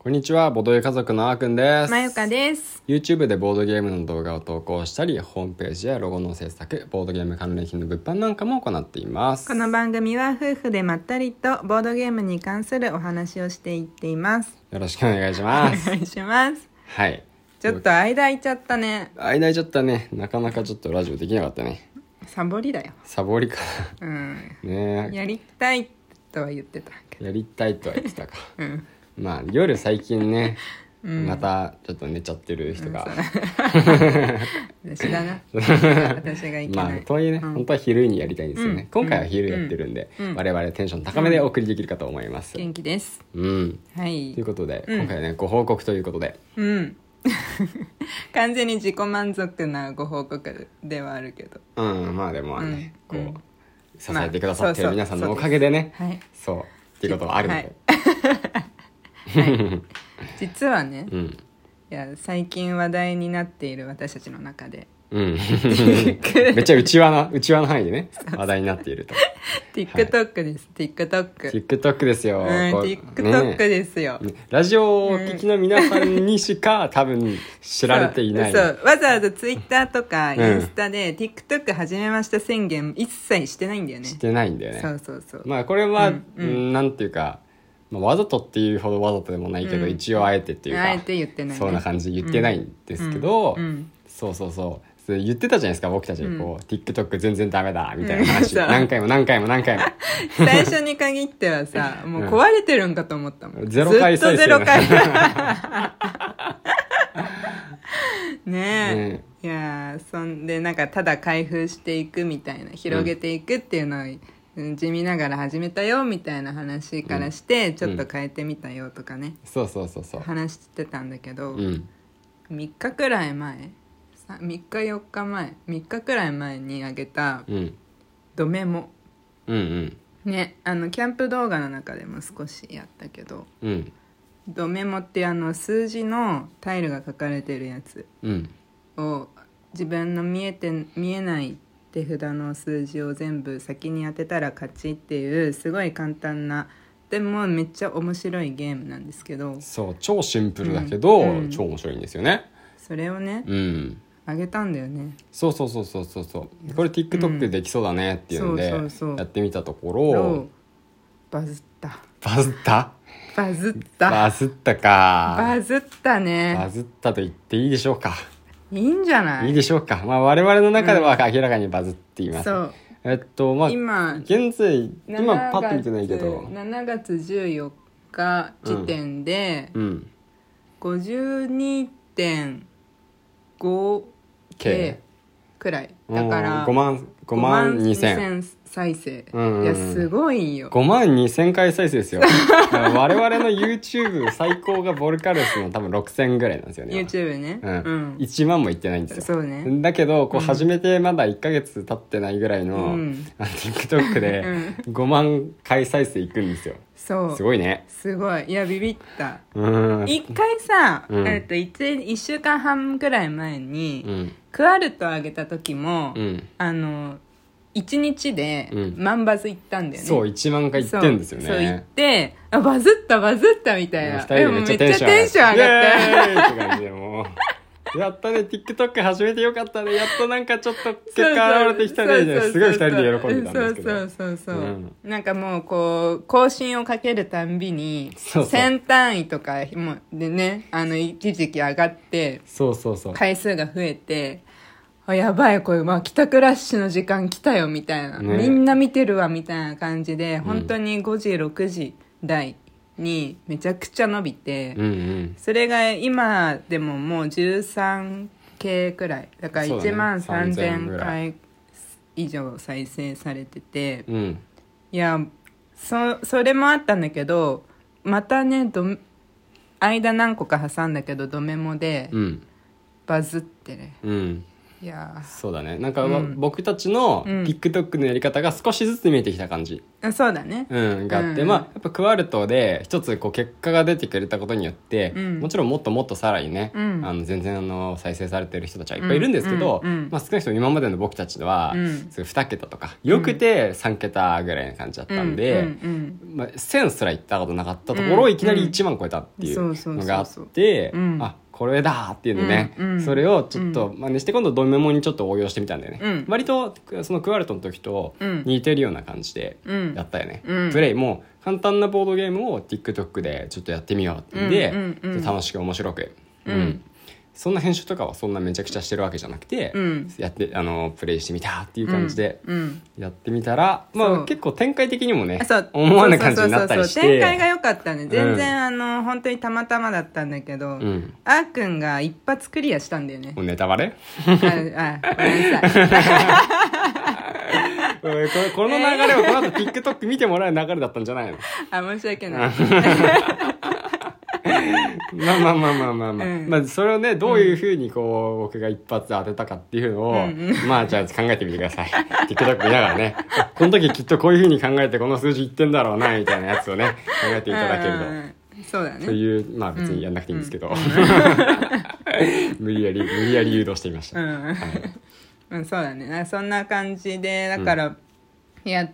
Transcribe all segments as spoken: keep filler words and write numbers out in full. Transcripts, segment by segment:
こんにちは、ボードゲー家族のあーくんです。 まゆかです。 YouTube でボードゲームの動画を投稿したり、ホームページやロゴの制作、ボードゲーム関連品の物販なんかも行っています。 この番組は夫婦でまったりとボードゲームに関するお話をしていっています。 よろしくお願いします。 お願いします。 はい。 ちょっと間空いちゃったね。 間空いちゃったね。なかなかちょっとラジオできなかったね。 サボりだよ。 サボりかうん。 ねやりたいとは言ってたけど。 やりたいとは言ってたか。 うん。 まあ夜最近ね、 うん、 またちょっと寝ちゃってる人が、 うん、私だな私がいけない。 まあとはいえね、うん、本当は昼にやりたいんですよね、うん、今回は昼やってるんで、うん、我々テンション高めでお送りできるかと思います、 うん、元気です。 うん、 はい。 ということで、今回はねご報告ということで、 うん完全に自己満足なご報告ではあるけど、うんまあでもね、 うん、 こう支えてくださってる皆さんのおかげでね、 まあ、そうそうそうっていうことはあるので、 はいはい、実はね、 うん、 いや最近話題になっている私たちの中で、 うん、めっちゃ内輪の内輪の範囲でね話題になっていると TikTok です、はい、TikTok TikTok ですよ、 うん、TikTok ですよ、 ね、ラジオをお聞きの皆さんにしか、うん、多分知られていない。 そうそう、わざわざ Twitter とかインスタで、うん、TikTok 始めました宣言一切してないんだよね。 してないんだよね。 そうそうそう。 まあこれは、 うんうん、 なんていうか、まあ、わざとっていうほどわざとでもないけど、うん、一応あえてっていうか、 あえて言ってない、ね、 そんな感じで言ってないんですけど、 うんうんうん、 そうそうそう言ってたじゃないですか、僕たちこう、うん、TikTok 全然ダメだみたいな話、うん、何回も何回も何回も最初に限ってはさもう壊れてるんかと思ったもん、 うん、ゼロ回再生ずっとゼロ回ねえ、ねえ、いやそんでなんかただ開封していくみたいな、広げていくっていうのを、うん、地味ながら始めたよみたいな話からして、うん、ちょっと変えてみたよとかね、 うん、そうそうそうそう話してたんだけど、 うん、 みっかくらい前みっかよっかまえみっかくらい前にあげた、うん、ドメモ、 うんうんね、あのキャンプ動画の中でも少しやったけど、 うん、 ドメモってあの数字のタイルが書かれてるやつを、自分の見えて見えない手札の数字を全部先に当てたら勝ちっていうすごい簡単なでもめっちゃ面白いゲームなんですけど、 そう超シンプルだけど、うん、超面白いんですよね。 それをね、 うんあげたんだよね。 そうそうそうそうそうそうこれ TikTok でできそうだねっていうんで、うん、そうそうそうやってみたところバズったバズったバズったバズったかバズったね。 バズったと言っていいでしょうか。 いいんじゃない。 いいでしょうか。まあ我々の中では明らかにバズっています、うん、そうえっとまあ今現在今パッと見てないけどしちがつじゅうよっか時点で、うんうん、ごじゅうにてんごケー くらいだからごまんごまんにせん再生、 うんうん、 いやすごいよ。 ごまんにせんかい再生ですよ我々の YouTube 最高がボルカルスの多分ろくせんぐらいなんですよね YouTube ね、 うんうん、いちまんもいってないんですよ。そうね。 だけどこう始めてまだいっかげつ経ってないぐらいの、うん、TikTok でごまんかい再生いくんですよ。 そうすごいね。 すごい。いやビビった。 うん一回さ、 うん、 えっと 1, いっしゅうかんはんぐらい前に、 うん、 クワルトあげた時も、 うん、 あのいちにちで万バズいったんだよね、 うん、そういちまんかいいってんですよね。 そういってあバズったバズったみたいな、 ふたりでめっちゃテンション上がったイエーイって感じでもうやったね TikTok 始めてよかったね、やっとなんかちょっと結果現れてきたね、すごいふたりで喜んでたんですけど、 そうそうそうそう、うん、なんかもうこう更新をかけるたんびにせん単位とかもでね、あの一時期上がってそうそうそう回数が増えて、あやばいこれ、まあ、帰宅ラッシュの時間来たよみたいな、ね、みんな見てるわみたいな感じで、うん、本当にごじろくじ台にめちゃくちゃ伸びて、 うんうん、 それが今でももうじゅうさんケーくらいだからいちまんさんぜんかい以上再生されてて、 うん、 いや そ, それもあったんだけどまたねど間何個か挟んだけどドメモでバズってね、 うん、 いやそうだね、なんか、うん、僕たちの TikTok のやり方が少しずつ見えてきた感じ、 うん、そうだね、 うん、があって、うん、まあやっぱクワルトで一つこう結果が出てくれたことによって、うん、もちろんもっともっとさらにね、うん、あの全然あの再生されてる人たちはいっぱいいるんですけど、うんうんうん、まあ、少なくとも今までの僕たちのは、うん、に桁とかよくてさん桁ぐらいな感じだったんで、うんうんうん、まあ、せんすらいったことなかったところをいきなりいちまん超えたっていうのがあって、あ、これだっていうのね、うんうん、それをちょっと真似して今度ドメモにちょっと応用してみたんだよね、うん、割とそのクワルトの時と似てるような感じでやったよね、うん、プレイも簡単なボードゲームを TikTok でちょっとやってみようってんで、うんうんうん、楽しく面白く、うんうん、そんな編集とかはそんなめちゃくちゃしてるわけじゃなくて、うん、やってあのプレイしてみたっていう感じでやってみたら、うんうん、まあ、結構展開的にもね思わぬ感じになったりして、 展開が良かったね全然、うん、あの本当にたまたまだったんだけど、うん、あーくんが一発クリアしたんだよね。 もうネタバレああごめんなさいこの流れはこの後 TikTok 見てもらう流れだったんじゃないの？ あ、申し訳ないまあまあまあまあまあまあ、うん、まあそれをねどういうふうにこう、うん、僕が一発当てたかっていうのを、うんうん、まあじゃあ考えてみてくださいTikTok 見ながらねこの時きっとこういうふうに考えてこの数字いってんだろうなみたいなやつをね考えていただけると、うん、 そうだね、 そういうまあ別にやんなくていいんですけど、うん、無理やり無理やり誘導してみました、うんはいうん、そうだね、そんな感じでだからやって、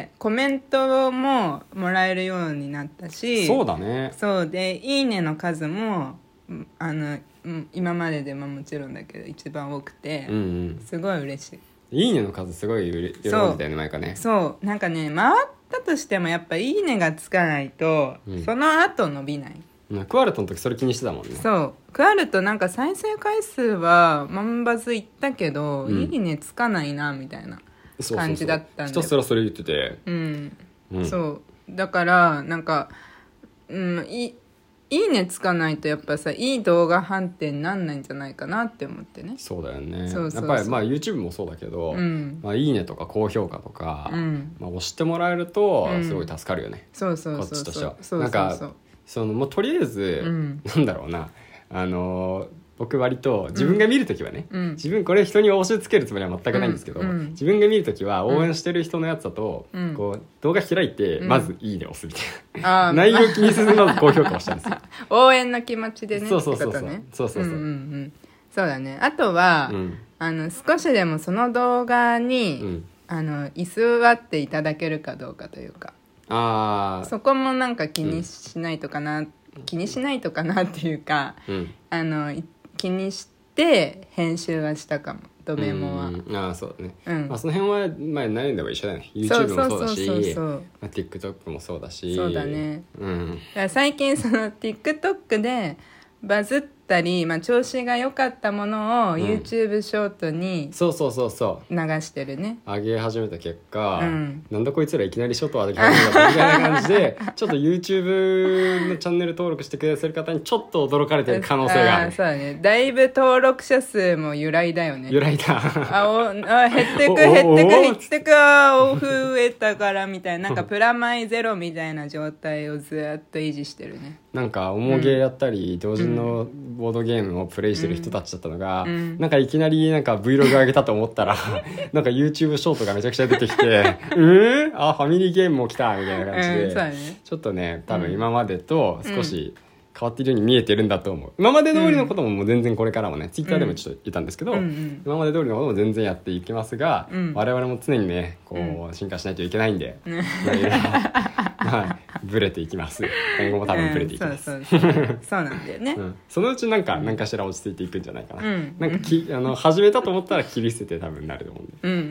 うん、コメントももらえるようになったし、 そうだね、 そうでいいねの数もあの今まででももちろんだけど一番多くて、うんうん、すごい嬉しい。 いいねの数すごい喜んでたよね前かね。 そうなんかね回ったとしてもやっぱいいねがつかないと、うん、その後伸びない。 クワルトの時それ気にしてたもんね。 そうクワルトなんか再生回数は万バズいったけど、うん、いいねつかないなみたいな感じだったんで、 ひたすらそれ言ってて、 うんうん、そうだからなんか、うん、い, いいねつかないとやっぱさいい動画判定になんないんじゃないかなって思ってね。 そうだよね。そうそうそう、やっぱりまあ YouTube もそうだけど、うんまあ、いいねとか高評価とか、うんまあ、押してもらえるとすごい助かるよね、 うん、そうそうそうこっちとしては。 そうそうそう、 なんかそのもうとりあえず、うん、なんだろうな、あのー僕割と自分が見るときはね、うん、自分これ人に押し付けるつもりは全くないんですけど、うん、自分が見るときは応援してる人のやつだと、うん、こう動画開いてまずいいねを押すみたいな、うん、内容気にせずまず高評価をしたんですよ応援の気持ちでね。 そうそうそうそう、 ね、 そうそうそう、うんうんうん、 そうだね。あとは、うん、あの少しでもその動画に、うん、あの居座っていただけるかどうかというか、あそこもなんか気にしないとかな、うん、気にしないとかなっていうか、うん、あの気にして編集はしたかも、ドメモは。 うんああそうだね、うんまあ、その辺は、まあ、悩んでも一緒だね。 YouTube もそうだし、まあ、TikTok もそうだし。 そうだね、うん、だから最近その TikTok でバズったり、まあ、調子が良かったものを YouTube ショートに、うん、そうそうそうそう流してるね。 上げ始めた結果、うん、なんだこいつらいきなりショート上げ始めたみたいな感じでちょっと YouTube のチャンネル登録してくださる方にちょっと驚かれてる可能性がある。 あそうだね、だいぶ登録者数も揺らいだよね。 揺らいだあおあ減ってく減ってく減ってくあ増えたからみたいな、なんかプラマイゼロみたいな状態をずっと維持してるね。 なんか重ゲーやったり、うん、同人のボードゲームをプレイしてる人たちだったのが、うん、なんかいきなりなんか Vlog 上げたと思ったらなんか YouTube ショートがめちゃくちゃ出てきてえー、あファミリーゲームも来たみたいな感じで、うんね、ちょっとね多分今までと少し変わっているように見えてるんだと思う。今まで通りのことももう全然これからもね、うん、Twitter でもちょっと言ったんですけど、うん、今まで通りのことも全然やっていきますが、うん、我々も常にねこう、うん、進化しないといけないんで、うんはい、ブレていきます。今後も多分ブレていきます、 うん、そうそうそうそうなんだよね、 うん、そのうちなんか何かしら落ち着いていくんじゃないかな、うん、なんかきあの始めたと思ったら切り捨てて多分なると思うんで、 うんうんうん、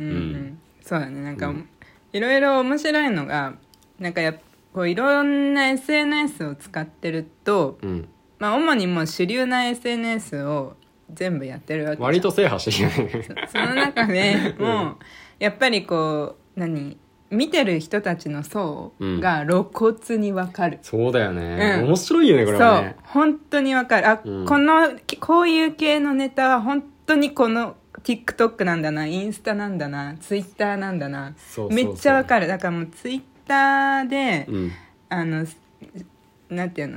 そうだね。なんか、うん、いろいろ面白いのがなんかやっぱこういろんな エスエヌエス を使ってると、うんまあ、主にもう主流な エスエヌエス を全部やってるわけじゃん。 割と制覇してるねそ, その中でもうやっぱりこう何見てる人たちの層が露骨に分かる、うん、 そうだよね、うん、面白いよねこれはね。 そう本当に分かる。あ、うん、このこういう系のネタは本当にこの TikTok なんだな、インスタなんだな、Twitter なんだな、そうそうそうめっちゃ分かる。だからもう Twitter で、うん、あのなんていうの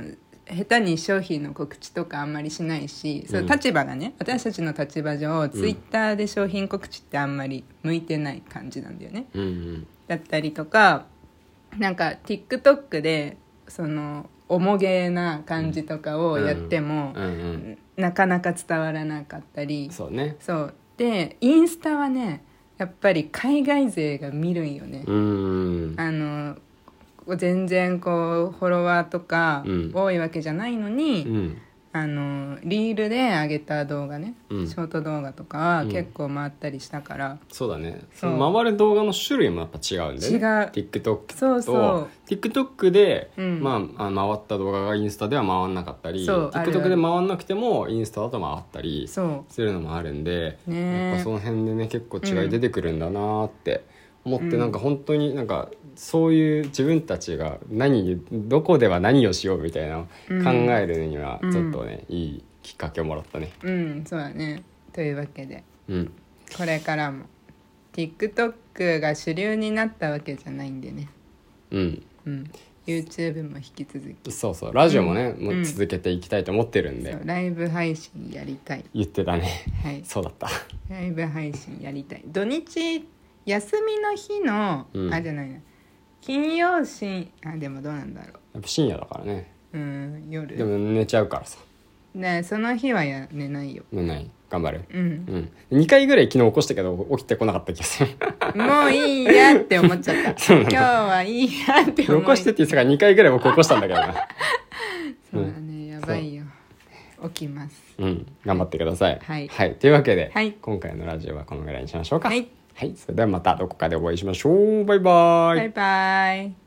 下手に商品の告知とかあんまりしないし、うん、その立場がね、私たちの立場上、ツイッターで商品告知ってあんまり向いてない感じなんだよね、 うんうん、 だったりとか、なんか TikTok でその重げな感じとかをやっても、うんうんうん、なかなか伝わらなかったり、 そうね、 そうでインスタはねやっぱり海外勢が見るんよね。 うん、 あの全然こうフォロワーとか多いわけじゃないのに、うん、あのリールで上げた動画ね、うん、ショート動画とかは結構回ったりしたから、うん、 そうだね、その回る動画の種類もやっぱ違うんだよね。違う TikTok とそうそう TikTok で、うん、まあ、回った動画がインスタでは回んなかったり、 TikTok で回んなくてもインスタだと回ったりするのもあるんで、ね、やっぱその辺でね結構違い出てくるんだなって思って、うん、なんか本当になんかそういう自分たちが何どこでは何をしようみたいな考えるにはちょっとね、うん、いいきっかけをもらったね。 うんそうだね。というわけで、 うん、 これからも TikTok が主流になったわけじゃないんでね、 うんうん、YouTube も引き続き、 そうそうラジオもね、うん、もう続けていきたいと思ってるんで、 そうライブ配信やりたい。 言ってたね、 はい、 そうだった。 ライブ配信やりたい。土日休みの日の、うん、あじゃないな金曜深あでもどうなんだろう、 やっぱ深夜だからね。 うん夜でも寝ちゃうからさね、その日はや寝ないよ。 寝ない頑張る。 うん、 うん、にかいぐらい昨日起こしたけど起きてこなかった気がする。 もういいやって思っちゃった今日はいいやって思起こしてって言ってたからにかいぐらい僕起こしたんだけどなそうだね、うん、やばいよ。起きます。 うん頑張ってください。 はい、 はい、というわけで、 はい、 今回のラジオはこのぐらいにしましょうか。 はい、 はい、それではまたどこかでお会いしましょう。バイバイ。 バイバイ。